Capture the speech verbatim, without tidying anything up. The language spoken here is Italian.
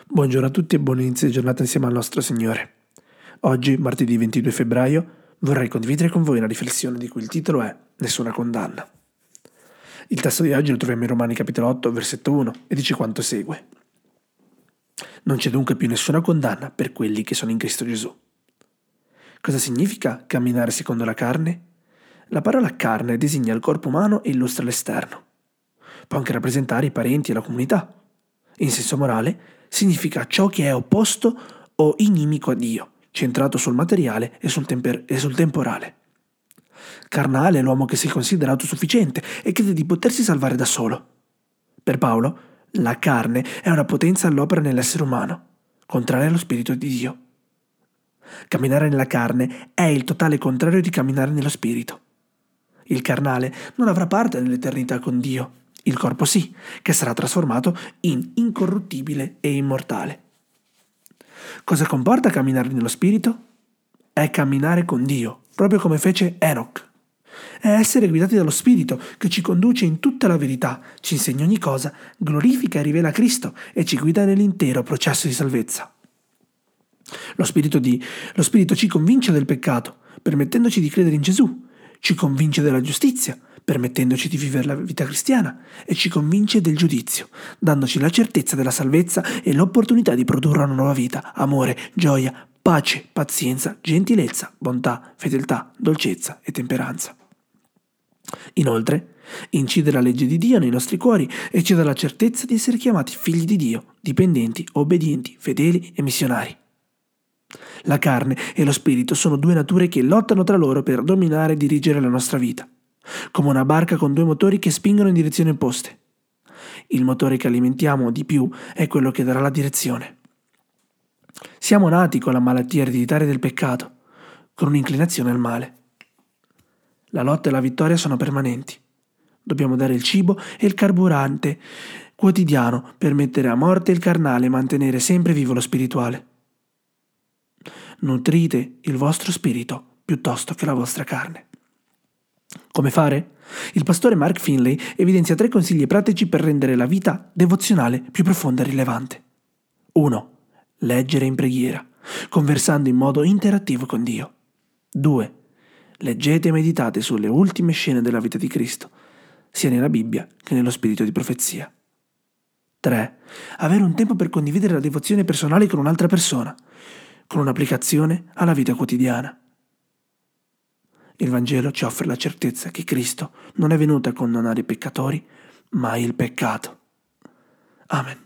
Buongiorno a tutti e buon inizio di giornata insieme al nostro Signore. Oggi, martedì ventidue febbraio, vorrei condividere con voi una riflessione di cui il titolo è Nessuna condanna. Il testo di oggi lo troviamo in Romani capitolo otto, versetto uno, e dice quanto segue. Non c'è dunque più nessuna condanna per quelli che sono in Cristo Gesù. Cosa significa camminare secondo la carne? La parola carne designa il corpo umano e illustra l'esterno. Può anche rappresentare i parenti e la comunità. In senso morale, significa ciò che è opposto o inimico a Dio, centrato sul materiale e sul, temper- e sul temporale. Carnale è l'uomo che si considera autosufficiente e crede di potersi salvare da solo. Per Paolo, la carne è una potenza all'opera nell'essere umano, contraria allo spirito di Dio. Camminare nella carne è il totale contrario di camminare nello spirito. Il carnale non avrà parte nell'eternità con Dio, il corpo sì, che sarà trasformato in incorruttibile e immortale. Cosa comporta camminare nello spirito? È camminare con Dio, proprio come fece Enoch. È essere guidati dallo Spirito che ci conduce in tutta la verità, ci insegna ogni cosa, glorifica e rivela Cristo e ci guida nell'intero processo di salvezza. Lo Spirito, di, lo Spirito ci convince del peccato, permettendoci di credere in Gesù, ci convince della giustizia, permettendoci di vivere la vita cristiana, e ci convince del giudizio, dandoci la certezza della salvezza e l'opportunità di produrre una nuova vita, amore, gioia, pace, pazienza, gentilezza, bontà, fedeltà, dolcezza e temperanza. Inoltre, incide la legge di Dio nei nostri cuori e ci dà la certezza di essere chiamati figli di Dio, dipendenti, obbedienti, fedeli e missionari. La carne e lo spirito sono due nature che lottano tra loro per dominare e dirigere la nostra vita, come una barca con due motori che spingono in direzioni opposte. Il motore che alimentiamo di più è quello che darà la direzione. Siamo nati con la malattia ereditaria del peccato, con un'inclinazione al male. La lotta e la vittoria sono permanenti. Dobbiamo dare il cibo e il carburante quotidiano per mettere a morte il carnale e mantenere sempre vivo lo spirituale. Nutrite il vostro spirito piuttosto che la vostra carne. Come fare? Il pastore Mark Finley evidenzia tre consigli pratici per rendere la vita devozionale più profonda e rilevante. uno. Leggere in preghiera, conversando in modo interattivo con Dio. due. Leggete e meditate sulle ultime scene della vita di Cristo, sia nella Bibbia che nello spirito di profezia. tre. Avere un tempo per condividere la devozione personale con un'altra persona, con un'applicazione alla vita quotidiana. Il Vangelo ci offre la certezza che Cristo non è venuto a condannare i peccatori, ma il peccato. Amen.